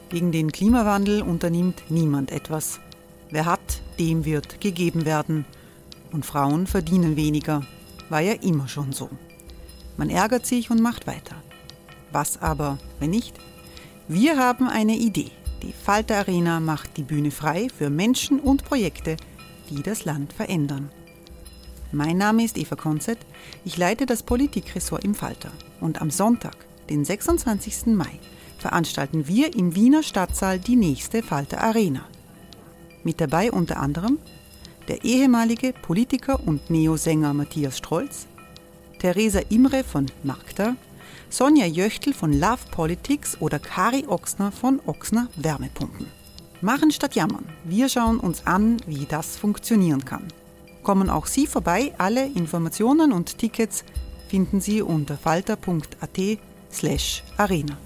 Gegen den Klimawandel unternimmt niemand etwas. Wer hat, dem wird gegeben werden. Und Frauen verdienen weniger. War ja immer schon so. Man ärgert sich und macht weiter. Was aber, wenn nicht? Wir haben eine Idee. Die Falter Arena macht die Bühne frei für Menschen und Projekte, die das Land verändern. Mein Name ist Eva Konzett, ich leite das Politikressort im Falter. Und am Sonntag, den 26. Mai, veranstalten wir im Wiener Stadtsaal die nächste Falter Arena. Mit dabei unter anderem der ehemalige Politiker und Neosänger Matthias Strolz, Theresa Imre von Magda, Sonja Jöchtl von Love Politics oder Kari Ochsner von Ochsner Wärmepumpen. Machen statt jammern. Wir schauen uns an, wie das funktionieren kann. Kommen auch Sie vorbei. Alle Informationen und Tickets finden Sie unter falter.at/arena.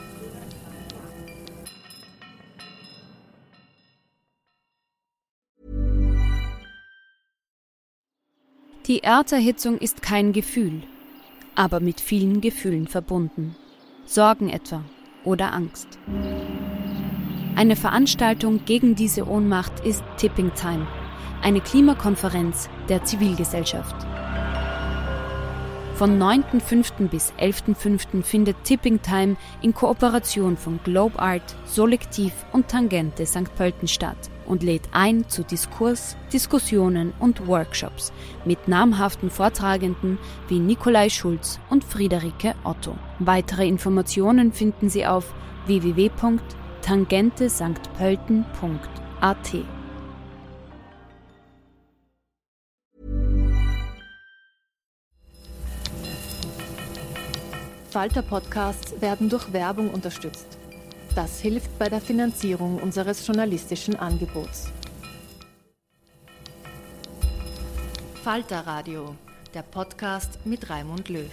Die Erderhitzung ist kein Gefühl, aber mit vielen Gefühlen verbunden. Sorgen etwa oder Angst. Eine Veranstaltung gegen diese Ohnmacht ist Tipping Time, eine Klimakonferenz der Zivilgesellschaft. Von 9.5. bis 11.5. findet Tipping Time in Kooperation von Globe Art, Solektiv und Tangente St. Pölten statt und lädt ein zu Diskurs, Diskussionen und Workshops mit namhaften Vortragenden wie Nikolai Schulz und Friederike Otto. Weitere Informationen finden Sie auf www.tangentesanktpölten.at. Falter-Podcasts werden durch Werbung unterstützt. Das hilft bei der Finanzierung unseres journalistischen Angebots. Falter Radio, der Podcast mit Raimund Löw.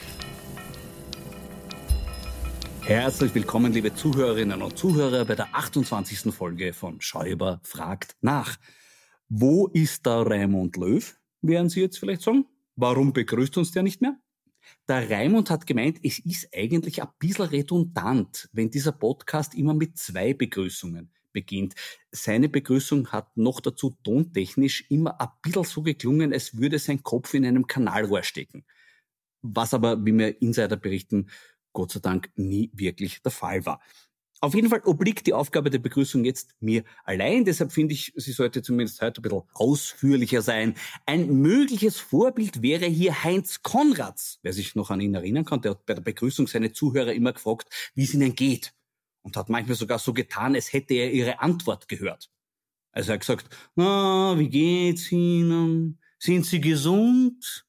Herzlich willkommen, liebe Zuhörerinnen und Zuhörer, bei der 28. Folge von Schäuber fragt nach. Wo ist der Raimund Löw, werden Sie jetzt vielleicht sagen? Warum begrüßt uns der nicht mehr? Der Raimund hat gemeint, es ist eigentlich ein bisschen redundant, wenn dieser Podcast immer mit 2 Begrüßungen beginnt. Seine Begrüßung hat noch dazu tontechnisch immer ein bisschen so geklungen, als würde sein Kopf in einem Kanalrohr stecken. Was aber, wie mir Insider berichten, Gott sei Dank nie wirklich der Fall war. Auf jeden Fall obliegt die Aufgabe der Begrüßung jetzt mir allein. Deshalb finde ich, sie sollte zumindest heute ein bisschen ausführlicher sein. Ein mögliches Vorbild wäre hier Heinz Konrads. Wer sich noch an ihn erinnern kann, der hat bei der Begrüßung seine Zuhörer immer gefragt, wie es ihnen geht. Und hat manchmal sogar so getan, als hätte er ihre Antwort gehört. Also er hat gesagt, na, wie geht's Ihnen? Sind Sie gesund?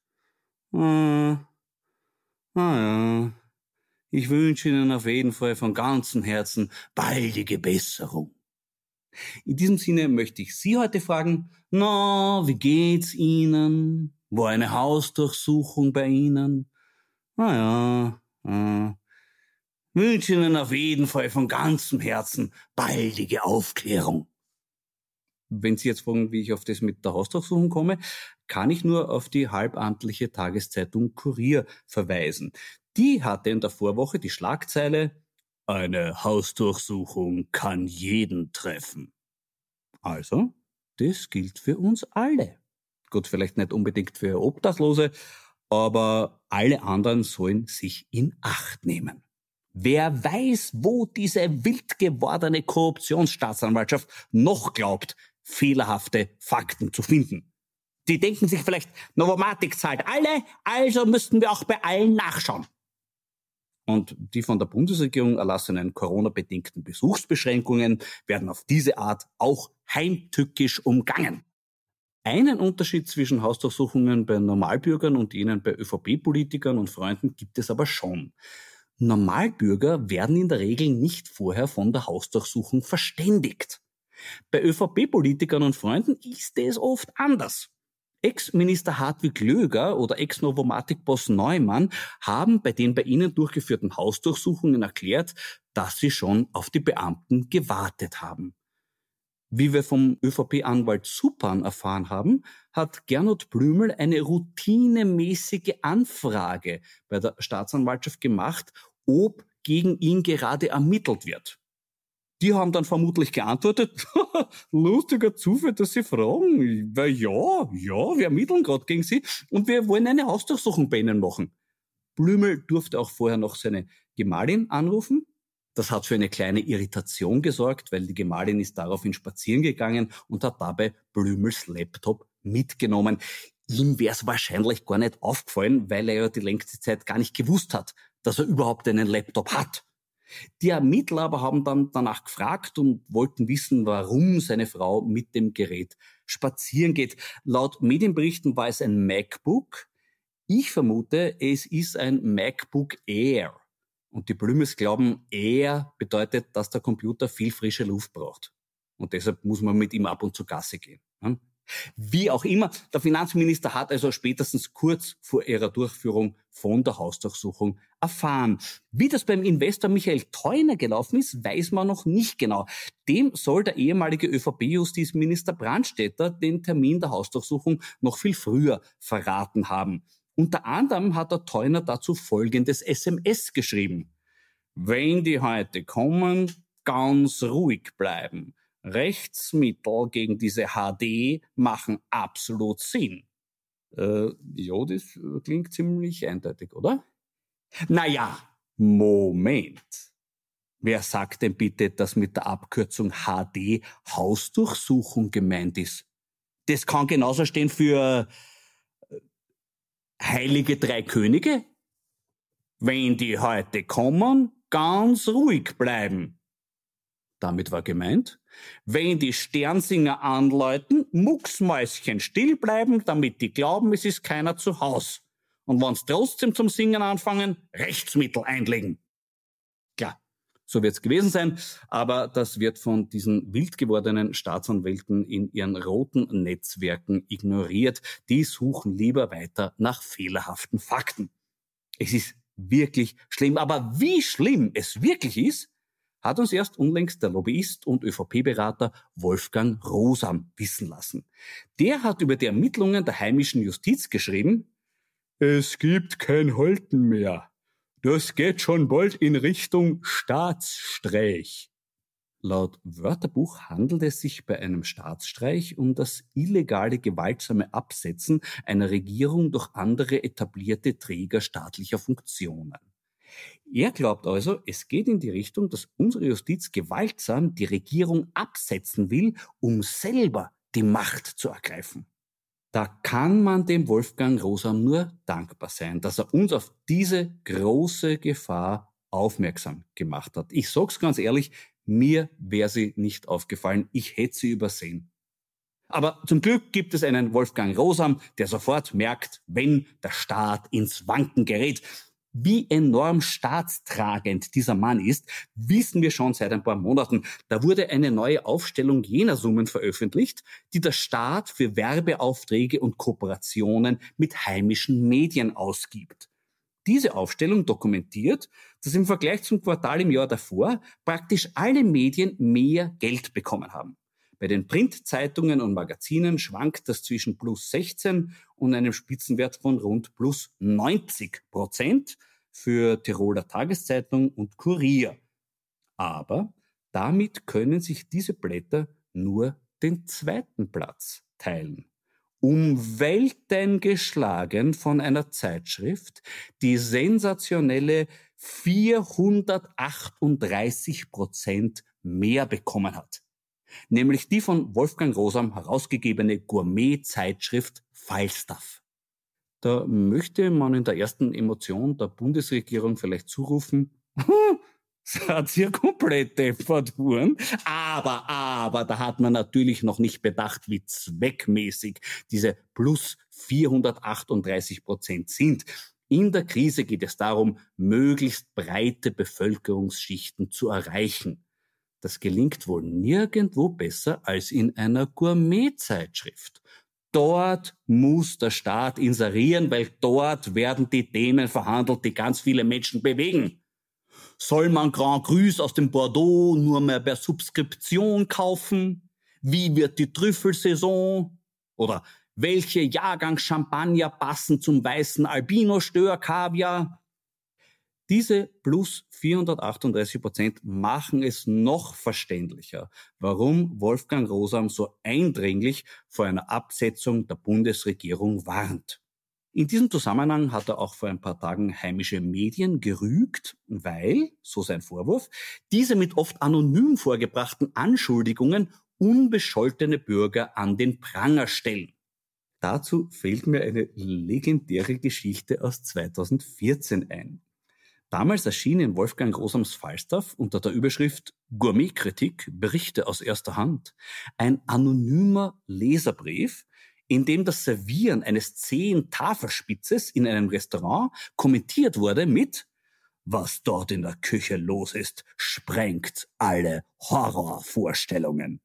Ja. Ich wünsche Ihnen auf jeden Fall von ganzem Herzen baldige Besserung. In diesem Sinne möchte ich Sie heute fragen, na, wie geht's Ihnen? War eine Hausdurchsuchung bei Ihnen? Wünsche Ihnen auf jeden Fall von ganzem Herzen baldige Aufklärung. Wenn Sie jetzt fragen, wie ich auf das mit der Hausdurchsuchung komme, kann ich nur auf die halbamtliche Tageszeitung Kurier verweisen. Die hatte in der Vorwoche die Schlagzeile „Eine Hausdurchsuchung kann jeden treffen". Also, das gilt für uns alle. Gut, vielleicht nicht unbedingt für Obdachlose, aber alle anderen sollen sich in Acht nehmen. Wer weiß, wo diese wild gewordene Korruptionsstaatsanwaltschaft noch glaubt, fehlerhafte Fakten zu finden. Die denken sich vielleicht, Novomatic zahlt alle, also müssten wir auch bei allen nachschauen. Und die von der Bundesregierung erlassenen Corona-bedingten Besuchsbeschränkungen werden auf diese Art auch heimtückisch umgangen. Einen Unterschied zwischen Hausdurchsuchungen bei Normalbürgern und jenen bei ÖVP-Politikern und Freunden gibt es aber schon. Normalbürger werden in der Regel nicht vorher von der Hausdurchsuchung verständigt. Bei ÖVP-Politikern und Freunden ist es oft anders. Ex-Minister Hartwig Löger oder Ex-Novomatic-Boss Neumann haben bei den bei ihnen durchgeführten Hausdurchsuchungen erklärt, dass sie schon auf die Beamten gewartet haben. Wie wir vom ÖVP-Anwalt Supan erfahren haben, hat Gernot Blümel eine routinemäßige Anfrage bei der Staatsanwaltschaft gemacht, ob gegen ihn gerade ermittelt wird. die haben dann vermutlich geantwortet, lustiger Zufall, dass Sie fragen. Ja, wir ermitteln gerade gegen Sie und wir wollen eine Hausdurchsuchung bei Ihnen machen. Blümel durfte auch vorher noch seine Gemahlin anrufen. Das hat für eine kleine Irritation gesorgt, weil die Gemahlin ist daraufhin spazieren gegangen und hat dabei Blümels Laptop mitgenommen. Ihm wäre es wahrscheinlich gar nicht aufgefallen, weil er ja die längste Zeit gar nicht gewusst hat, dass er überhaupt einen Laptop hat. Die Ermittler aber haben dann danach gefragt und wollten wissen, warum seine Frau mit dem Gerät spazieren geht. Laut Medienberichten war es ein MacBook. Ich vermute, es ist ein MacBook Air. Und die Blümels glauben, Air bedeutet, dass der Computer viel frische Luft braucht. Und deshalb muss man mit ihm ab und zu Gasse gehen. Wie auch immer, der Finanzminister hat also spätestens kurz vor ihrer Durchführung von der Hausdurchsuchung erfahren. Wie das beim Investor Michael Theuner gelaufen ist, weiß man noch nicht genau. Dem soll der ehemalige ÖVP-Justizminister Brandstätter den Termin der Hausdurchsuchung noch viel früher verraten haben. Unter anderem hat der Theuner dazu folgendes SMS geschrieben. Wenn die heute kommen, ganz ruhig bleiben. Rechtsmittel gegen diese HD machen absolut Sinn. Ja, das klingt ziemlich eindeutig, oder? Naja, Moment. Wer sagt denn bitte, dass mit der Abkürzung HD Hausdurchsuchung gemeint ist? Das kann genauso stehen für Heilige Drei Könige? Wenn die heute kommen, ganz ruhig bleiben. Damit war gemeint, wenn die Sternsinger anläuten, mucksmäuschen still bleiben, damit die glauben, es ist keiner zu Haus. Und wenn sie trotzdem zum Singen anfangen, Rechtsmittel einlegen. Klar, so wird's gewesen sein, aber das wird von diesen wild gewordenen Staatsanwälten in ihren roten Netzwerken ignoriert. Die suchen lieber weiter nach fehlerhaften Fakten. Es ist wirklich schlimm, aber wie schlimm es wirklich ist, hat uns erst unlängst der Lobbyist und ÖVP-Berater Wolfgang Rosam wissen lassen. Der hat über die Ermittlungen der heimischen Justiz geschrieben, es gibt kein Halten mehr. Das geht schon bald in Richtung Staatsstreich. Laut Wörterbuch handelt es sich bei einem Staatsstreich um das illegale, gewaltsame Absetzen einer Regierung durch andere etablierte Träger staatlicher Funktionen. Er glaubt also, es geht in die Richtung, dass unsere Justiz gewaltsam die Regierung absetzen will, um selber die Macht zu ergreifen. Da kann man dem Wolfgang Rosam nur dankbar sein, dass er uns auf diese große Gefahr aufmerksam gemacht hat. Ich sag's ganz ehrlich, mir wäre sie nicht aufgefallen, ich hätte sie übersehen. Aber zum Glück gibt es einen Wolfgang Rosam, der sofort merkt, wenn der Staat ins Wanken gerät. Wie enorm staatstragend dieser Mann ist, wissen wir schon seit ein paar Monaten. Da wurde eine neue Aufstellung jener Summen veröffentlicht, die der Staat für Werbeaufträge und Kooperationen mit heimischen Medien ausgibt. Diese Aufstellung dokumentiert, dass im Vergleich zum Quartal im Jahr davor praktisch alle Medien mehr Geld bekommen haben. Bei den Printzeitungen und Magazinen schwankt das zwischen plus 16 und einem Spitzenwert von rund plus 90% für Tiroler Tageszeitung und Kurier. Aber damit können sich diese Blätter nur den zweiten Platz teilen. Um Welten geschlagen von einer Zeitschrift, die sensationelle 438% mehr bekommen hat. Nämlich die von Wolfgang Rosam herausgegebene Gourmet-Zeitschrift Falstaff. Da möchte man in der ersten Emotion der Bundesregierung vielleicht zurufen, seid ihr komplett deppert worden? Aber da hat man natürlich noch nicht bedacht, wie zweckmäßig diese plus 438% sind. In der Krise geht es darum, möglichst breite Bevölkerungsschichten zu erreichen. Das gelingt wohl nirgendwo besser als in einer Gourmet-Zeitschrift. Dort muss der Staat inserieren, weil dort werden die Themen verhandelt, die ganz viele Menschen bewegen. Soll man Grand Crus aus dem Bordeaux nur mehr per Subskription kaufen? Wie wird die Trüffelsaison? Oder welche Jahrgang Champagner passen zum weißen Albino-Stör-Kaviar? Diese plus 438% machen es noch verständlicher, warum Wolfgang Rosam so eindringlich vor einer Absetzung der Bundesregierung warnt. In diesem Zusammenhang hat er auch vor ein paar Tagen heimische Medien gerügt, weil, so sein Vorwurf, diese mit oft anonym vorgebrachten Anschuldigungen unbescholtene Bürger an den Pranger stellen. Dazu fällt mir eine legendäre Geschichte aus 2014 ein. Damals erschien in Wolfgang Rosams Falstaff unter der Überschrift Gourmetkritik, Berichte aus erster Hand, ein anonymer Leserbrief, in dem das Servieren eines zähen Tafelspitzes in einem Restaurant kommentiert wurde mit „Was dort in der Küche los ist, sprengt alle Horrorvorstellungen."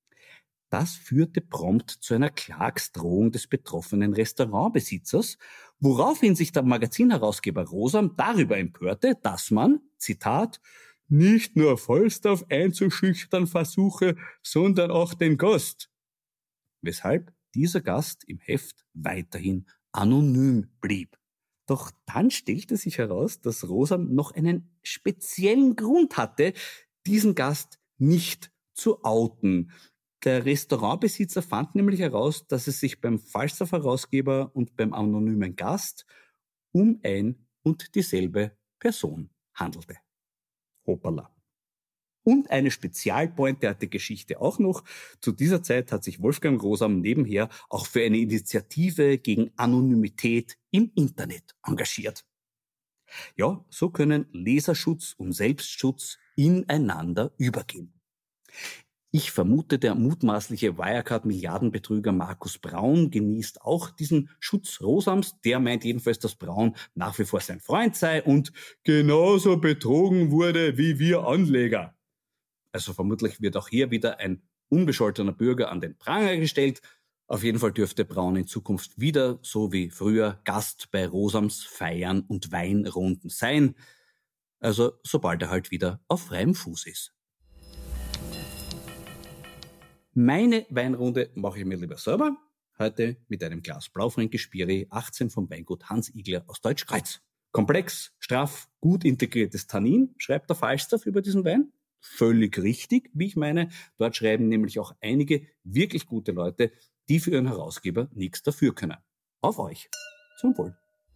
Das führte prompt zu einer Klagsdrohung des betroffenen Restaurantbesitzers, woraufhin sich der Magazinherausgeber Rosam darüber empörte, dass man, Zitat, nicht nur Falstaff einzuschüchtern versuche, sondern auch den Gast. Weshalb dieser Gast im Heft weiterhin anonym blieb. Doch dann stellte sich heraus, dass Rosam noch einen speziellen Grund hatte, diesen Gast nicht zu outen. Der Restaurantbesitzer fand nämlich heraus, dass es sich beim Falstaff-Herausgeber und beim anonymen Gast um ein und dieselbe Person handelte. Hoppala. Und eine Spezialpointe hat die Geschichte auch noch. Zu dieser Zeit hat sich Wolfgang Rosam nebenher auch für eine Initiative gegen Anonymität im Internet engagiert. Ja, so können Leserschutz und Selbstschutz ineinander übergehen. Ich vermute, der mutmaßliche Wirecard-Milliardenbetrüger Markus Braun genießt auch diesen Schutz Rosams. Der meint jedenfalls, dass Braun nach wie vor sein Freund sei und genauso betrogen wurde wie wir Anleger. Also vermutlich wird auch hier wieder ein unbescholtener Bürger an den Pranger gestellt. Auf jeden Fall dürfte Braun in Zukunft wieder, so wie früher, Gast bei Rosams Feiern und Weinrunden sein. Also sobald er halt wieder auf freiem Fuß ist. Meine Weinrunde mache ich mir lieber selber. Heute mit einem Glas Blaufränkisch Spiri 18 vom Weingut Hans Igler aus Deutschkreuz. Komplex, straff, gut integriertes Tannin, schreibt der Falstaff über diesen Wein. Völlig richtig, wie ich meine. Dort schreiben nämlich auch einige wirklich gute Leute, die für ihren Herausgeber nichts dafür können. Auf euch. Zum Wohl.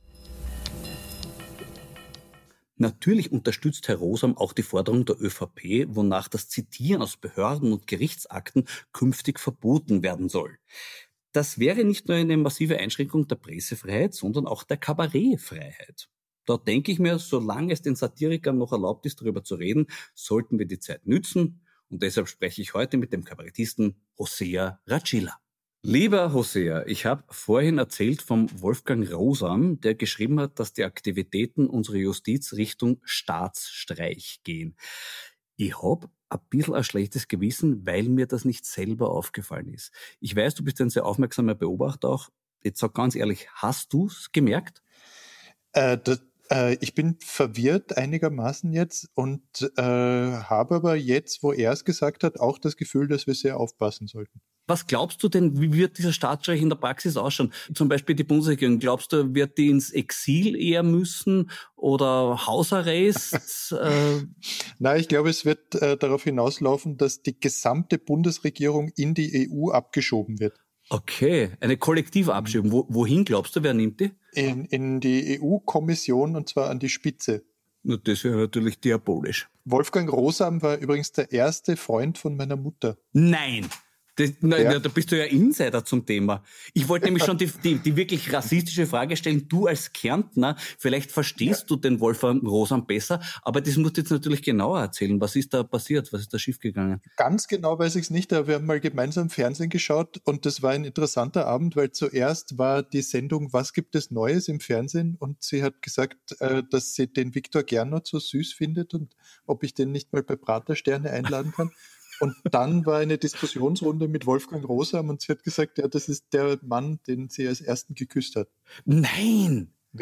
Natürlich unterstützt Herr Rosam auch die Forderung der ÖVP, wonach das Zitieren aus Behörden- und Gerichtsakten künftig verboten werden soll. Das wäre nicht nur eine massive Einschränkung der Pressefreiheit, sondern auch der Kabarettfreiheit. Da denke ich mir, solange es den Satirikern noch erlaubt ist, darüber zu reden, sollten wir die Zeit nützen. Und deshalb spreche ich heute mit dem Kabarettisten Hosea Racila. Lieber Hosea, ich habe vorhin erzählt vom Wolfgang Rosam, der geschrieben hat, dass die Aktivitäten unserer Justiz Richtung Staatsstreich gehen. Ich habe ein bisschen ein schlechtes Gewissen, weil mir das nicht selber aufgefallen ist. Ich weiß, du bist ein sehr aufmerksamer Beobachter auch. Jetzt sag ganz ehrlich, hast du es gemerkt? Ich bin verwirrt einigermaßen jetzt und habe aber jetzt, wo er es gesagt hat, auch das Gefühl, dass wir sehr aufpassen sollten. Was glaubst du denn, wie wird dieser Staatsstreich in der Praxis ausschauen? Zum Beispiel die Bundesregierung, glaubst du, wird die ins Exil eher müssen oder Hausarrest? Nein, ich glaube, es wird darauf hinauslaufen, dass die gesamte Bundesregierung in die EU abgeschoben wird. Okay, eine kollektive Abschiebung. Wohin glaubst du, wer nimmt die? In die EU-Kommission und zwar an die Spitze. Na, das wäre natürlich diabolisch. Wolfgang Rosam war übrigens der erste Freund von meiner Mutter. Nein! Ja. Da bist du ja Insider zum Thema. Ich wollte nämlich schon die wirklich rassistische Frage stellen. Du als Kärntner, vielleicht verstehst du den Wolfgang Rosam besser, aber das musst du jetzt natürlich genauer erzählen. Was ist da passiert? Was ist da schiefgegangen? Ganz genau weiß ich es nicht, aber wir haben mal gemeinsam Fernsehen geschaut und das war ein interessanter Abend, weil zuerst war die Sendung Was gibt es Neues im Fernsehen und sie hat gesagt, dass sie den Viktor Gernot so süß findet und ob ich den nicht mal bei Pratersterne einladen kann. Und dann war eine Diskussionsrunde mit Wolfgang Rosam und sie hat gesagt, ja, das ist der Mann, den sie als ersten geküsst hat. Nein! Ja.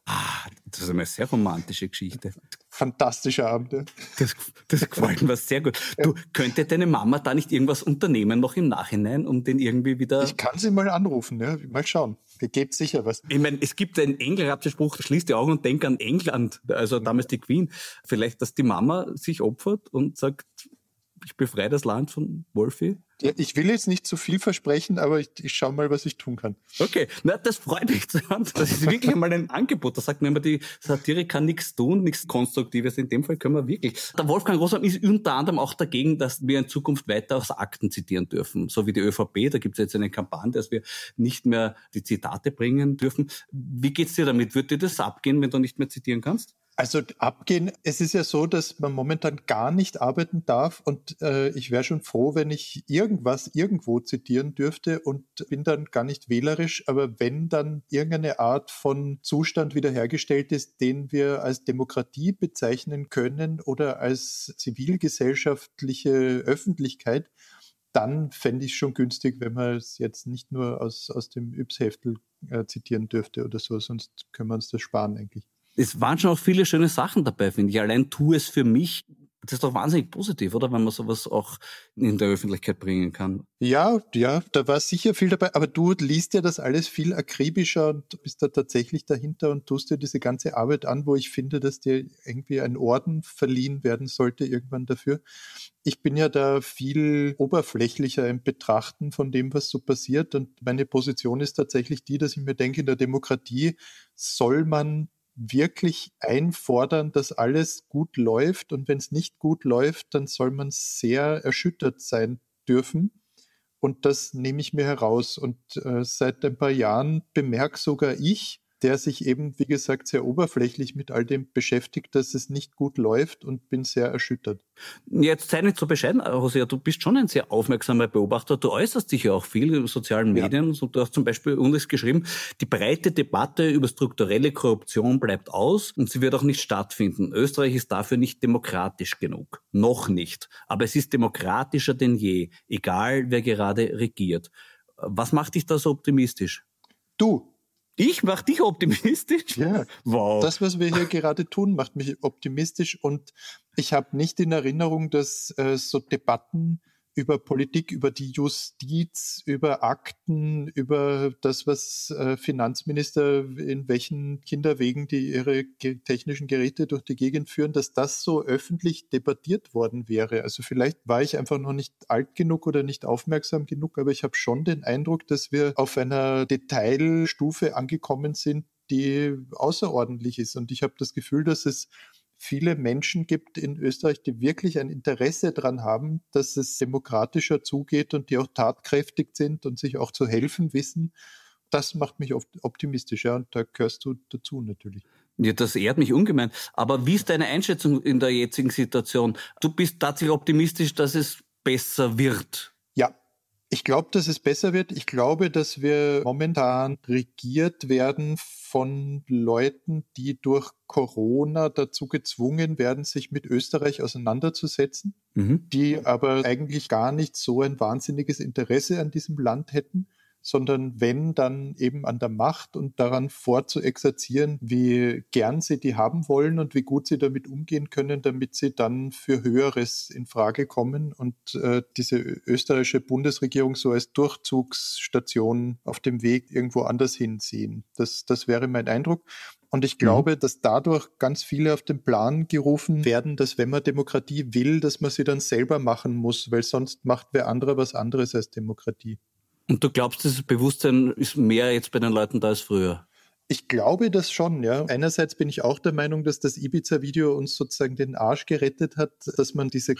Das ist eine sehr romantische Geschichte. Fantastischer Abend. Ja. Das gefällt mir sehr gut. Du, könnte deine Mama da nicht irgendwas unternehmen noch im Nachhinein, um den irgendwie wieder... Ich kann sie mal anrufen, ja. Mal schauen. Ihr gebt sicher was. Ich meine, es gibt einen Engelspruch, schließ die Augen und denk an England, also damals die Queen. Vielleicht, dass die Mama sich opfert und sagt, ich befreie das Land von Wolfi. Ja, ich will jetzt nicht zu viel versprechen, aber ich schaue mal, was ich tun kann. Okay, na, das freut mich zu hören. Das ist wirklich einmal ein Angebot. Da sagt man immer, die Satire kann nichts tun, nichts Konstruktives. In dem Fall können wir wirklich. Der Wolfgang Rossmann ist unter anderem auch dagegen, dass wir in Zukunft weiter aus Akten zitieren dürfen. So wie die ÖVP, da gibt es jetzt eine Kampagne, dass wir nicht mehr die Zitate bringen dürfen. Wie geht's dir damit? Wird dir das abgehen, wenn du nicht mehr zitieren kannst? Also abgehen, es ist ja so, dass man momentan gar nicht arbeiten darf und ich wäre schon froh, wenn ich irgendwas irgendwo zitieren dürfte und bin dann gar nicht wählerisch, aber wenn dann irgendeine Art von Zustand wiederhergestellt ist, den wir als Demokratie bezeichnen können oder als zivilgesellschaftliche Öffentlichkeit, dann fände ich schon günstig, wenn man es jetzt nicht nur aus dem Yps-Heftel zitieren dürfte oder so, sonst können wir uns das sparen eigentlich. Es waren schon auch viele schöne Sachen dabei, finde ich. Allein tu es für mich. Das ist doch wahnsinnig positiv, oder? Wenn man sowas auch in der Öffentlichkeit bringen kann. Ja, da war sicher viel dabei. Aber du liest ja das alles viel akribischer und bist da tatsächlich dahinter und tust dir diese ganze Arbeit an, wo ich finde, dass dir irgendwie ein Orden verliehen werden sollte irgendwann dafür. Ich bin ja da viel oberflächlicher im Betrachten von dem, was so passiert. Und meine Position ist tatsächlich die, dass ich mir denke, in der Demokratie soll man wirklich einfordern, dass alles gut läuft und wenn es nicht gut läuft, dann soll man sehr erschüttert sein dürfen und das nehme ich mir heraus und seit ein paar Jahren bemerke sogar ich, der sich eben, wie gesagt, sehr oberflächlich mit all dem beschäftigt, dass es nicht gut läuft und bin sehr erschüttert. Jetzt sei nicht so bescheiden, Hosea, du bist schon ein sehr aufmerksamer Beobachter. Du äußerst dich ja auch viel in sozialen Medien. Ja. Und du hast zum Beispiel uns geschrieben, die breite Debatte über strukturelle Korruption bleibt aus und sie wird auch nicht stattfinden. Österreich ist dafür nicht demokratisch genug. Noch nicht. Aber es ist demokratischer denn je, egal wer gerade regiert. Was macht dich da so optimistisch? Du. Ich mach dich optimistisch? Ja, wow. Das, was wir hier gerade tun, macht mich optimistisch und ich habe nicht in Erinnerung, dass so Debatten über Politik, über die Justiz, über Akten, über das, was Finanzminister in welchen Kinderwegen die ihre technischen Geräte durch die Gegend führen, dass das so öffentlich debattiert worden wäre. Also vielleicht war ich einfach noch nicht alt genug oder nicht aufmerksam genug, aber ich habe schon den Eindruck, dass wir auf einer Detailstufe angekommen sind, die außerordentlich ist. Und ich habe das Gefühl, dass es viele Menschen gibt in Österreich, die wirklich ein Interesse daran haben, dass es demokratischer zugeht und die auch tatkräftig sind und sich auch zu helfen wissen. Das macht mich oft optimistischer und da gehörst du dazu natürlich. Ja, das ehrt mich ungemein. Aber wie ist deine Einschätzung in der jetzigen Situation? Du bist tatsächlich optimistisch, dass es besser wird? Ja. Ich glaube, dass es besser wird. Ich glaube, dass wir momentan regiert werden von Leuten, die durch Corona dazu gezwungen werden, sich mit Österreich auseinanderzusetzen, die aber eigentlich gar nicht so ein wahnsinniges Interesse an diesem Land hätten, sondern wenn, dann eben an der Macht und daran vorzuexerzieren, wie gern sie die haben wollen und wie gut sie damit umgehen können, damit sie dann für Höheres in Frage kommen und diese österreichische Bundesregierung so als Durchzugsstation auf dem Weg irgendwo anders hinsehen. Das wäre mein Eindruck. Und ich glaube, dass dadurch ganz viele auf den Plan gerufen werden, dass wenn man Demokratie will, dass man sie dann selber machen muss, weil sonst macht wer anderer was anderes als Demokratie. Und du glaubst, dieses Bewusstsein ist mehr jetzt bei den Leuten da als früher? Ich glaube das schon, ja. Einerseits bin ich auch der Meinung, dass das Ibiza-Video uns sozusagen den Arsch gerettet hat, dass man diese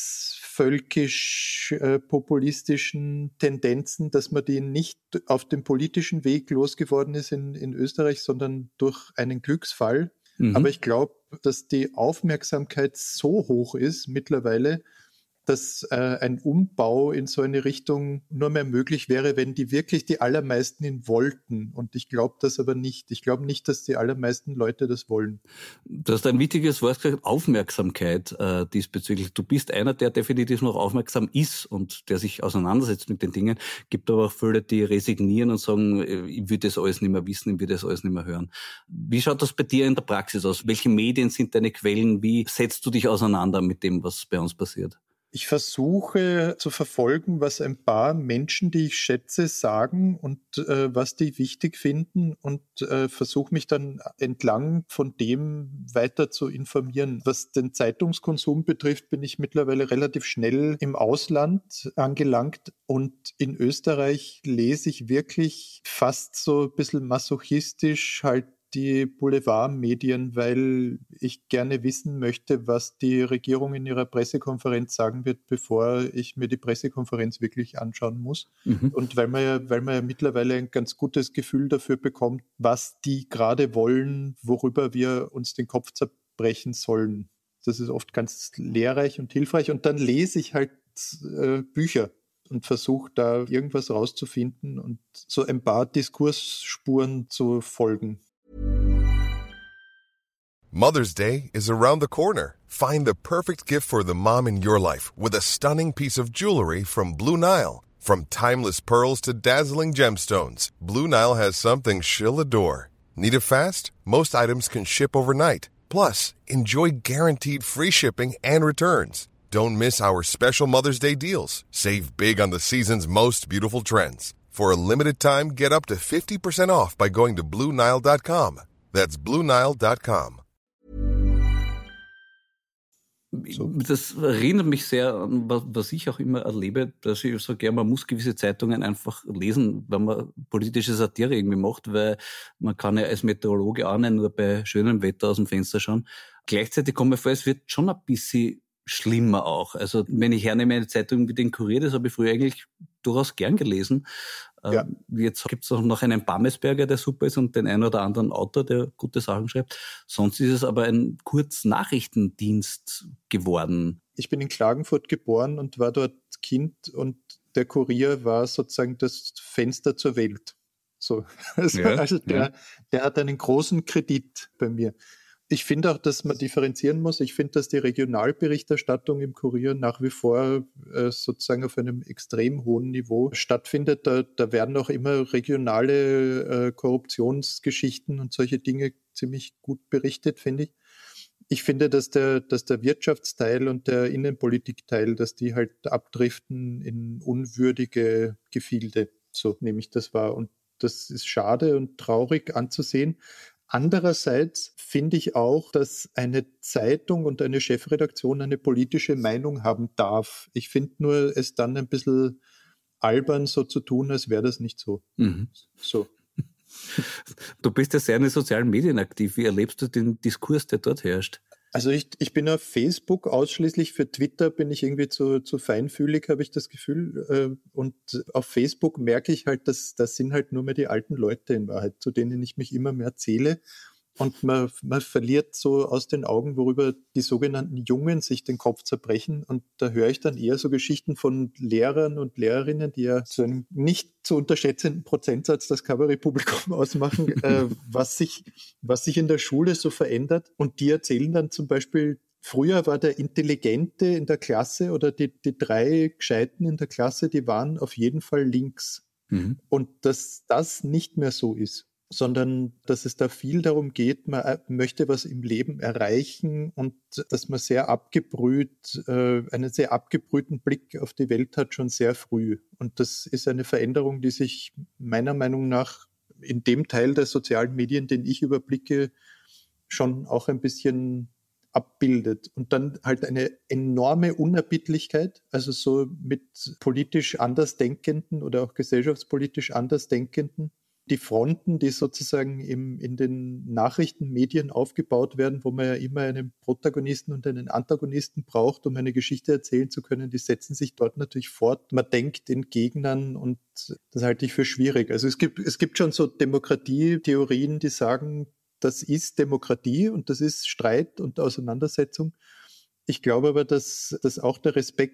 rechtsvölkisch-populistischen Tendenzen, dass man die nicht auf dem politischen Weg losgeworden ist in Österreich, sondern durch einen Glücksfall. Aber ich glaube, dass die Aufmerksamkeit so hoch ist mittlerweile, dass ein Umbau in so eine Richtung nur mehr möglich wäre, wenn die allermeisten ihn wollten. Und ich glaube das aber nicht. Ich glaube nicht, dass die allermeisten Leute das wollen. Du hast ein wichtiges Wort gesagt, Aufmerksamkeit diesbezüglich. Du bist einer, der definitiv noch aufmerksam ist und der sich auseinandersetzt mit den Dingen. Gibt aber auch viele, die resignieren und sagen, ich will das alles nicht mehr wissen, ich will das alles nicht mehr hören. Wie schaut das bei dir in der Praxis aus? Welche Medien sind deine Quellen? Wie setzt du dich auseinander mit dem, was bei uns passiert? Ich versuche zu verfolgen, was ein paar Menschen, die ich schätze, sagen und was die wichtig finden und versuche mich dann entlang von dem weiter zu informieren. Was den Zeitungskonsum betrifft, bin ich mittlerweile relativ schnell im Ausland angelangt und in Österreich lese ich wirklich fast so ein bisschen masochistisch halt die Boulevardmedien, weil ich gerne wissen möchte, was die Regierung in ihrer Pressekonferenz sagen wird, bevor ich mir die Pressekonferenz wirklich anschauen muss. Und weil man ja mittlerweile ein ganz gutes Gefühl dafür bekommt, was die gerade wollen, worüber wir uns den Kopf zerbrechen sollen. Das ist oft ganz lehrreich und hilfreich. Und dann lese ich halt Bücher und versuche da irgendwas rauszufinden und so ein paar Diskursspuren zu folgen. Mother's Day is around the corner. Find the perfect gift for the mom in your life with a stunning piece of jewelry from Blue Nile. From timeless pearls to dazzling gemstones, Blue Nile has something she'll adore. Need it fast? Most items can ship overnight. Plus, enjoy guaranteed free shipping and returns. Don't miss our special Mother's Day deals. Save big on the season's most beautiful trends. For a limited time, get up to 50% off by going to BlueNile.com. That's BlueNile.com. Das erinnert mich sehr an, was ich auch immer erlebe, dass ich so gerne, man muss gewisse Zeitungen einfach lesen, wenn man politische Satire irgendwie macht, weil man kann ja als Meteorologe auch nicht nur bei schönem Wetter aus dem Fenster schauen. Gleichzeitig kommt mir vor, es wird schon ein bisschen schlimmer auch. Also wenn ich hernehme eine Zeitung wie den Kurier, das habe ich früher eigentlich durchaus gern gelesen. Ja. Jetzt gibt es auch noch einen Bammesberger, der super ist, und den einen oder anderen Autor, der gute Sachen schreibt. Sonst ist es aber ein Kurznachrichtendienst geworden. Ich bin in Klagenfurt geboren und war dort Kind, und der Kurier war sozusagen das Fenster zur Welt. So. Also der hat einen großen Kredit bei mir. Ich finde auch, dass man differenzieren muss. Ich finde, dass die Regionalberichterstattung im Kurier nach wie vor sozusagen auf einem extrem hohen Niveau stattfindet. Da werden auch immer regionale Korruptionsgeschichten und solche Dinge ziemlich gut berichtet, finde ich. Ich finde, dass der Wirtschaftsteil und der Innenpolitikteil, dass die halt abdriften in unwürdige Gefilde. So nehme ich das wahr. Und das ist schade und traurig anzusehen. Andererseits finde ich auch, dass eine Zeitung und eine Chefredaktion eine politische Meinung haben darf. Ich finde nur, es dann ein bisschen albern, so zu tun, als wäre das nicht so. So. Du bist ja sehr in den sozialen Medien aktiv. Wie erlebst du den Diskurs, der dort herrscht? Also ich bin auf Facebook ausschließlich. Für Twitter bin ich irgendwie zu feinfühlig, habe ich das Gefühl. Und auf Facebook merke ich halt, dass das sind halt nur mehr die alten Leute in Wahrheit, zu denen ich mich immer mehr zähle. Und man verliert so aus den Augen, worüber die sogenannten Jungen sich den Kopf zerbrechen. Und da höre ich dann eher so Geschichten von Lehrern und Lehrerinnen, die ja zu einem nicht zu unterschätzenden Prozentsatz das Kabarettpublikum ausmachen, was sich in der Schule so verändert. Und die erzählen dann zum Beispiel, früher war der Intelligente in der Klasse oder die 3 Gescheiten in der Klasse, die waren auf jeden Fall links. Und dass das nicht mehr so ist, sondern dass es da viel darum geht, man möchte was im Leben erreichen und dass man einen sehr abgebrühten Blick auf die Welt hat, schon sehr früh. Und das ist eine Veränderung, die sich meiner Meinung nach in dem Teil der sozialen Medien, den ich überblicke, schon auch ein bisschen abbildet. Und dann halt eine enorme Unerbittlichkeit, also so mit politisch Andersdenkenden oder auch gesellschaftspolitisch Andersdenkenden. Die Fronten, die sozusagen in den Nachrichtenmedien aufgebaut werden, wo man ja immer einen Protagonisten und einen Antagonisten braucht, um eine Geschichte erzählen zu können, die setzen sich dort natürlich fort. Man denkt in Gegnern und das halte ich für schwierig. Also es gibt schon so Demokratietheorien, die sagen, das ist Demokratie und das ist Streit und Auseinandersetzung. Ich glaube aber, dass auch der Respekt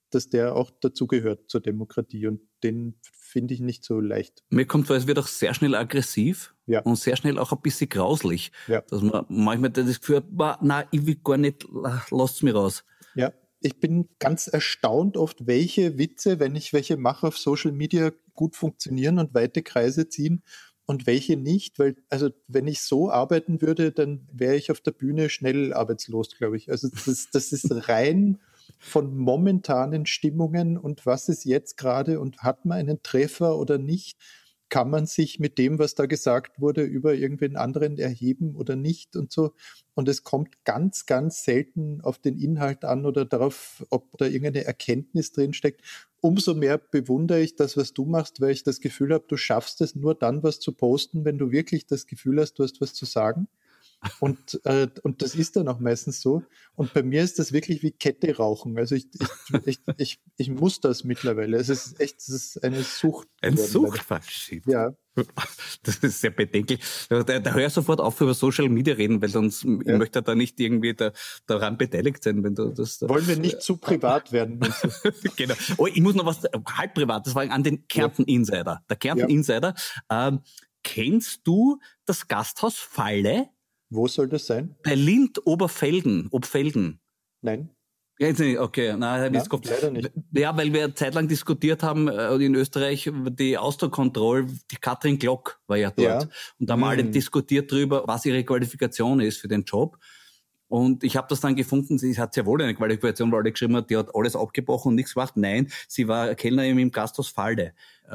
dass der auch dazugehört zur Demokratie und den finde ich nicht so leicht. Mir kommt vor, es wird auch sehr schnell aggressiv und sehr schnell auch ein bisschen grauslich. Ja. Dass man manchmal das Gefühl hat, nein, ich will gar nicht, lasst's mir raus. Ja, ich bin ganz erstaunt oft, welche Witze, wenn ich welche mache auf Social Media, gut funktionieren und weite Kreise ziehen und welche nicht. Weil, also wenn ich so arbeiten würde, dann wäre ich auf der Bühne schnell arbeitslos, glaube ich. Also das ist rein von momentanen Stimmungen und was ist jetzt gerade und hat man einen Treffer oder nicht? Kann man sich mit dem, was da gesagt wurde, über irgendwen anderen erheben oder nicht und so? Und es kommt ganz, ganz selten auf den Inhalt an oder darauf, ob da irgendeine Erkenntnis drinsteckt. Umso mehr bewundere ich das, was du machst, weil ich das Gefühl habe, du schaffst es nur dann, was zu posten, wenn du wirklich das Gefühl hast, du hast was zu sagen. Und das ist dann auch meistens so. Und bei mir ist das wirklich wie Kette rauchen. Also ich muss das mittlerweile. Es ist eine Sucht. Ein Suchtfall. Ja. Das ist sehr bedenklich. Da hör ich sofort auf, über Social Media reden, weil sonst ich möchte da nicht irgendwie daran beteiligt sein, wenn du das. Wollen wir nicht zu privat werden? Genau. Oh, ich muss noch was halb privates fragen an den Kärnten Insider. Der Kärnten Insider. Kennst du das Gasthaus Falle? Wo soll das sein? Bei Lindt-Obfelden. Nein. Okay, nein, leider nicht. Ja, weil wir zeitlang diskutiert haben in Österreich die Austro-Control, die Katrin Glock war ja dort. Ja. Und da haben alle diskutiert drüber, was ihre Qualifikation ist für den Job. Und ich habe das dann gefunden, sie hat sehr wohl eine Qualifikation, weil alle geschrieben hat, die hat alles abgebrochen und nichts gemacht. Nein, sie war Kellnerin im Gasthaus Falde.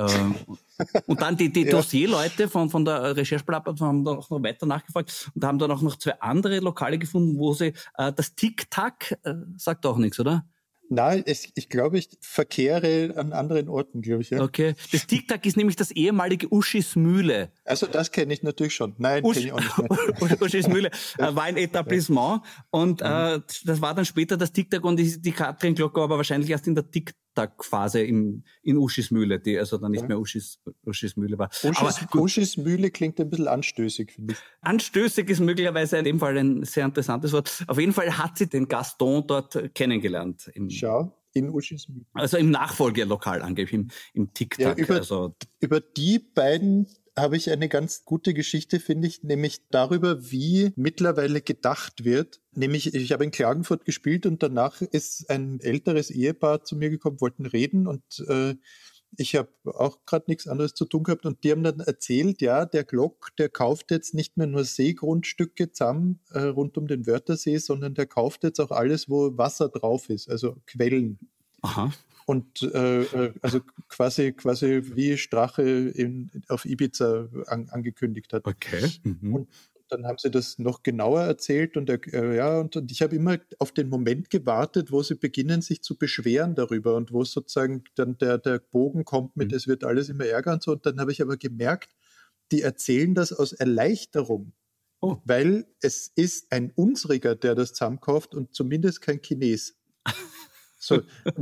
Und dann die Dossierleute von der Rechercheplattform haben dann auch noch weiter nachgefragt und haben dann auch noch 2 andere Lokale gefunden, wo sie das Tic-Tac sagt auch nichts, oder? Nein, ich glaube, ich verkehre an anderen Orten, glaube ich. Ja. Okay. Das Tic-Tac ist nämlich das ehemalige Uschis Mühle. Also das kenne ich natürlich schon. Nein, kenne ich auch nicht mehr. Uschis Mühle war ein Etablissement und das war dann später das Tic-Tac und die Katrin Glock war aber wahrscheinlich erst in der Tic-Tac-Phase in Uschis Mühle, die also dann nicht mehr Uschis Mühle war. Uschis Mühle klingt ein bisschen anstößig, finde ich. Anstößig ist möglicherweise in dem Fall ein sehr interessantes Wort. Auf jeden Fall hat sie den Gaston dort kennengelernt. In Uschis Mühle. Also im Nachfolgerlokal angeblich, im Tic-Tac. Ja, über die beiden habe ich eine ganz gute Geschichte, finde ich, nämlich darüber, wie mittlerweile gedacht wird. Nämlich, ich habe in Klagenfurt gespielt und danach ist ein älteres Ehepaar zu mir gekommen, wollten reden und ich habe auch gerade nichts anderes zu tun gehabt und die haben dann erzählt, ja, der Glock, der kauft jetzt nicht mehr nur Seegrundstücke zusammen rund um den Wörthersee, sondern der kauft jetzt auch alles, wo Wasser drauf ist, also Quellen. Aha. Und also quasi wie Strache auf Ibiza angekündigt hat. Okay. Mhm. Und dann haben sie das noch genauer erzählt und ich habe immer auf den Moment gewartet, wo sie beginnen, sich zu beschweren darüber und wo sozusagen dann der Bogen kommt mit, es wird alles immer ärger und so. Und dann habe ich aber gemerkt, die erzählen das aus Erleichterung, weil es ist ein Unsriger, der das zusammenkauft und zumindest kein Chines. So,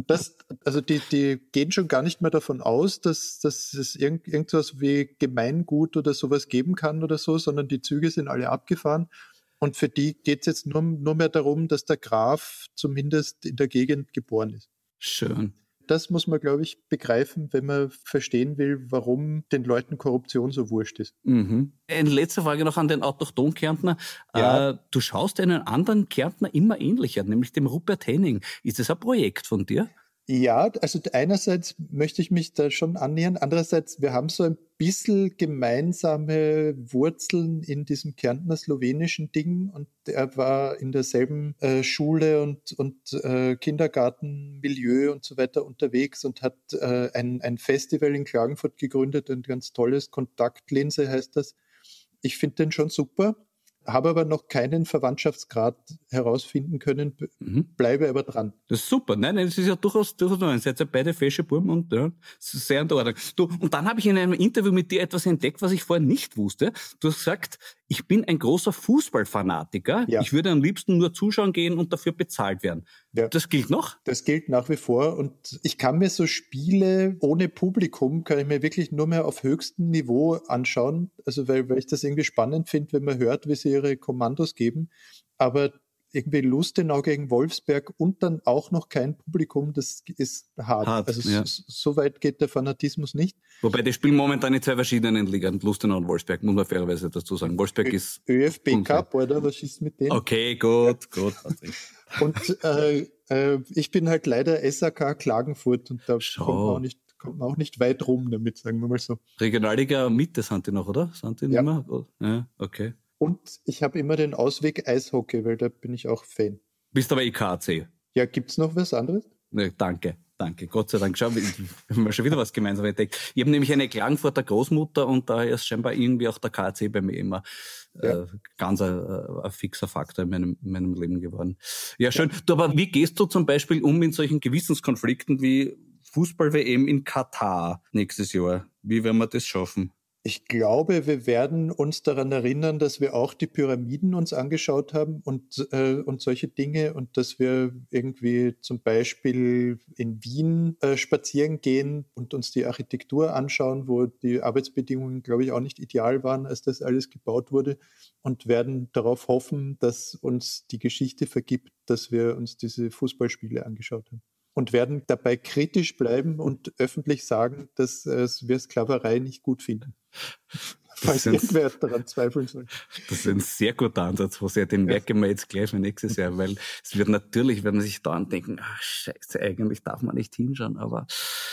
also die gehen schon gar nicht mehr davon aus, dass es irgendwas wie Gemeingut oder sowas geben kann oder so, sondern die Züge sind alle abgefahren. Und für die geht es jetzt nur mehr darum, dass der Graf zumindest in der Gegend geboren ist. Schön. Das muss man, glaube ich, begreifen, wenn man verstehen will, warum den Leuten Korruption so wurscht ist. Mhm. Eine letzte Frage noch an den Autochton-Kärntner. Ja. Du schaust einen anderen Kärntner immer ähnlicher, nämlich dem Rupert Henning. Ist das ein Projekt von dir? Ja, also einerseits möchte ich mich da schon annähern, andererseits, wir haben so ein bisschen gemeinsame Wurzeln in diesem Kärntner slowenischen Ding und er war in derselben Schule und Kindergartenmilieu und so weiter unterwegs und hat ein Festival in Klagenfurt gegründet, ein ganz tolles, Kontaktlinse heißt das. Ich finde den schon super. Habe aber noch keinen Verwandtschaftsgrad herausfinden können, bleibe aber dran. Das ist super. Nein, das ist ja durchaus neu. Seid ja beide fesche Buben und ja, das ist sehr in Ordnung. Und dann habe ich in einem Interview mit dir etwas entdeckt, was ich vorher nicht wusste. Du hast gesagt, ich bin ein großer Fußballfanatiker. Ja. Ich würde am liebsten nur zuschauen gehen und dafür bezahlt werden. Ja. Das gilt noch? Das gilt nach wie vor und ich kann mir so Spiele ohne Publikum, kann ich mir wirklich nur mehr auf höchstem Niveau anschauen, also weil ich das irgendwie spannend finde, wenn man hört, wie sie ihre Kommandos geben, aber irgendwie Lustenau gegen Wolfsberg und dann auch noch kein Publikum, das ist hart. Also so weit geht der Fanatismus nicht. Wobei die spielen momentan in 2 verschiedenen Ligen, Lustenau und Wolfsberg, muss man fairerweise dazu sagen. Wolfsberg ist ÖFB Cup, oder? Was ist mit denen? Okay, gut. Und ich bin halt leider SAK Klagenfurt und da kommt man auch nicht weit rum damit, sagen wir mal so. Regionalliga Mitte sind die noch, oder? Sind die nicht mehr? Ja, okay. Und ich habe immer den Ausweg Eishockey, weil da bin ich auch Fan. Bist aber KAC. Ja, gibt's noch was anderes? Ne, danke. Gott sei Dank. Schau, wir haben schon wieder was gemeinsam entdeckt. Ich habe nämlich eine Klagenfurter Großmutter und da ist scheinbar irgendwie auch der KAC bei mir immer ganz ein fixer Faktor in meinem Leben geworden. Ja, schön. Du, aber wie gehst du zum Beispiel um in solchen Gewissenskonflikten wie Fußball-WM in Katar nächstes Jahr? Wie werden wir das schaffen? Ich glaube, wir werden uns daran erinnern, dass wir auch die Pyramiden uns angeschaut haben und solche Dinge und dass wir irgendwie zum Beispiel in Wien spazieren gehen und uns die Architektur anschauen, wo die Arbeitsbedingungen, glaube ich, auch nicht ideal waren, als das alles gebaut wurde und werden darauf hoffen, dass uns die Geschichte vergibt, dass wir uns diese Fußballspiele angeschaut haben. Und werden dabei kritisch bleiben und öffentlich sagen, dass wir Sklaverei nicht gut finden. Falls irgendwer daran zweifeln soll. Das ist ein sehr guter Ansatz, José. Den merken wir jetzt gleich für nächstes Jahr, weil es wird natürlich, wenn man sich da denken, scheiße, eigentlich darf man nicht hinschauen, aber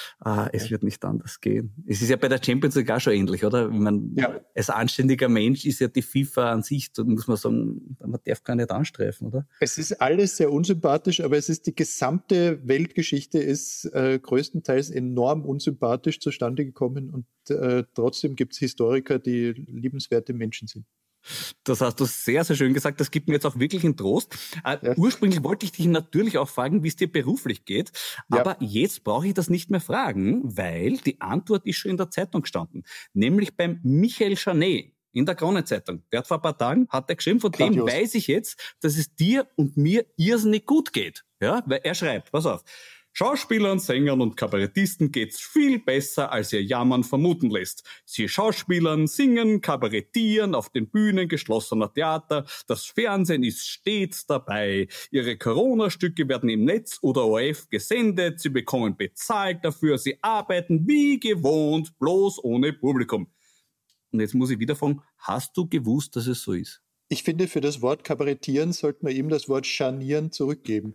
es wird nicht anders gehen. Es ist ja bei der Champions League auch schon ähnlich, oder? Als anständiger Mensch ist ja die FIFA an sich, da muss man sagen, man darf gar nicht anstreifen, oder? Es ist alles sehr unsympathisch, aber es ist die gesamte Weltgeschichte ist größtenteils enorm unsympathisch zustande gekommen und trotzdem gibt es Historiker, die liebenswerte Menschen sind. Das hast du sehr, sehr schön gesagt. Das gibt mir jetzt auch wirklich einen Trost. Ursprünglich wollte ich dich natürlich auch fragen, wie es dir beruflich geht. Aber jetzt brauche ich das nicht mehr fragen, weil die Antwort ist schon in der Zeitung gestanden. Nämlich beim Michael Janet in der Kronenzeitung. Der hat vor ein paar Tagen geschrieben, von dem weiß ich jetzt, dass es dir und mir irrsinnig gut geht. Ja, weil er schreibt, pass auf. Schauspielern, Sängern und Kabarettisten geht's viel besser, als ihr Jammern vermuten lässt. Sie schauspielern, singen, kabarettieren auf den Bühnen geschlossener Theater. Das Fernsehen ist stets dabei. Ihre Corona-Stücke werden im Netz oder ORF gesendet. Sie bekommen bezahlt dafür. Sie arbeiten wie gewohnt, bloß ohne Publikum. Und jetzt muss ich wieder fragen, hast du gewusst, dass es so ist? Ich finde, für das Wort kabarettieren sollte man ihm das Wort scharnieren zurückgeben.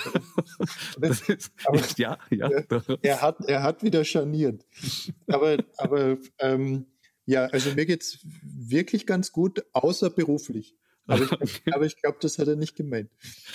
Er hat wieder scharniert. Aber also mir geht's wirklich ganz gut, außer beruflich. Aber ich glaube, das hat er nicht gemeint.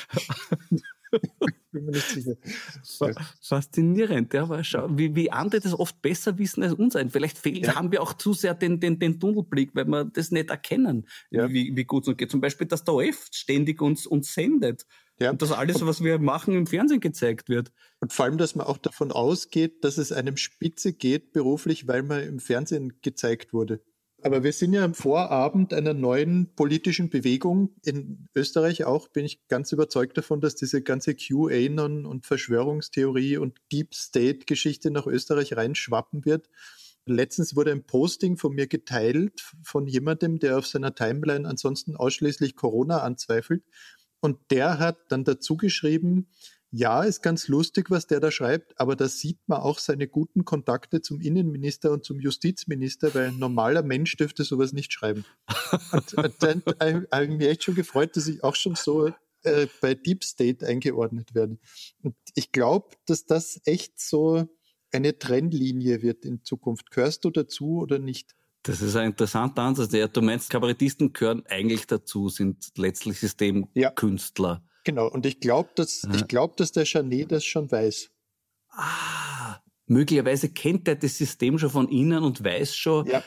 Bin mir nicht sicher. Faszinierend, ja, aber schau, wie andere das oft besser wissen als uns ein. Vielleicht haben wir auch zu sehr den Tunnelblick, weil wir das nicht erkennen, wie gut es uns geht. Zum Beispiel, dass der ORF ständig uns sendet. Ja. Und dass alles, was wir machen, im Fernsehen gezeigt wird. Und vor allem, dass man auch davon ausgeht, dass es einem spitze geht beruflich, weil man im Fernsehen gezeigt wurde. Aber wir sind ja am Vorabend einer neuen politischen Bewegung in Österreich auch, bin ich ganz überzeugt davon, dass diese ganze QAnon und Verschwörungstheorie und Deep State-Geschichte nach Österreich reinschwappen wird. Letztens wurde ein Posting von mir geteilt von jemandem, der auf seiner Timeline ansonsten ausschließlich Corona anzweifelt. Und der hat dann dazu geschrieben, ja, ist ganz lustig, was der da schreibt, aber da sieht man auch seine guten Kontakte zum Innenminister und zum Justizminister, weil ein normaler Mensch dürfte sowas nicht schreiben. Und dann habe ich mich echt schon gefreut, dass ich auch schon so bei Deep State eingeordnet werde. Und ich glaube, dass das echt so eine Trennlinie wird in Zukunft. Gehörst du dazu oder nicht? Das ist ein interessanter Ansatz. Du meinst, Kabarettisten gehören eigentlich dazu, sind letztlich Systemkünstler. Genau, und ich glaube, dass der Janet das schon weiß. Möglicherweise kennt er das System schon von innen und weiß schon. Ja.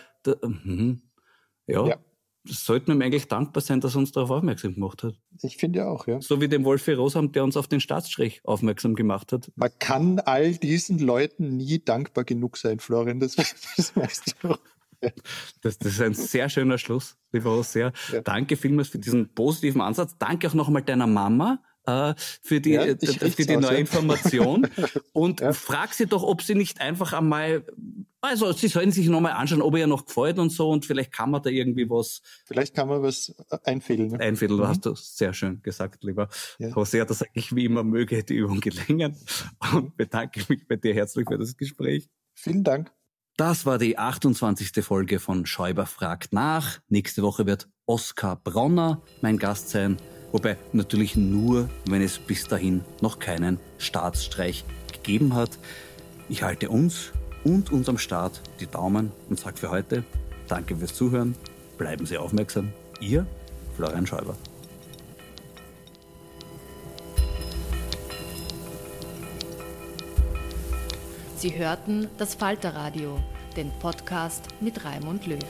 Das sollten wir ihm eigentlich dankbar sein, dass er uns darauf aufmerksam gemacht hat. Ich finde auch, ja. So wie dem Wolfi Rosam, der uns auf den Staatsstreich aufmerksam gemacht hat. Man kann all diesen Leuten nie dankbar genug sein, Florian, das weißt du doch. Das ist ein sehr schöner Schluss, lieber José. Ja. Danke vielmals für diesen positiven Ansatz. Danke auch nochmal deiner Mama für die neue Information. Und frag sie doch, ob sie nicht einfach einmal Also, Sie sollen sich nochmal anschauen, ob er ja noch gefällt und so, und vielleicht kann man da irgendwie was... Vielleicht kann man was einfädeln. Ne? Einfädeln, hast du sehr schön gesagt, lieber José. Das sage ich wie immer, möge die Übung gelingen, und bedanke mich bei dir herzlich für das Gespräch. Vielen Dank. Das war die 28. Folge von Schäuber fragt nach. Nächste Woche wird Oskar Bronner mein Gast sein, wobei natürlich nur, wenn es bis dahin noch keinen Staatsstreich gegeben hat. Ich halte uns und unserem Staat die Daumen und sage für heute danke fürs Zuhören, bleiben Sie aufmerksam. Ihr Florian Schäuber. Sie hörten das Falterradio, den Podcast mit Raimund Löw.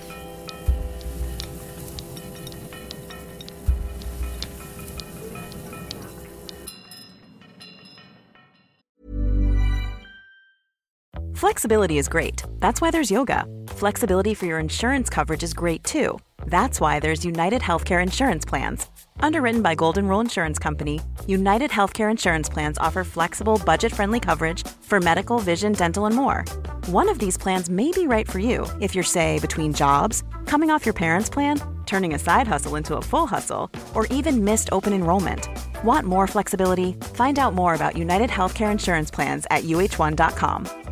Flexibility is great. That's why there's yoga. Flexibility for your insurance coverage is great too. That's why there's United Healthcare Insurance Plans. Underwritten by Golden Rule Insurance Company, United Healthcare Insurance Plans offer flexible, budget-friendly coverage for medical, vision, dental, and more. One of these plans may be right for you if you're, say, between jobs, coming off your parents' plan, turning a side hustle into a full hustle, or even missed open enrollment. Want more flexibility? Find out more about United Healthcare Insurance Plans at uh1.com.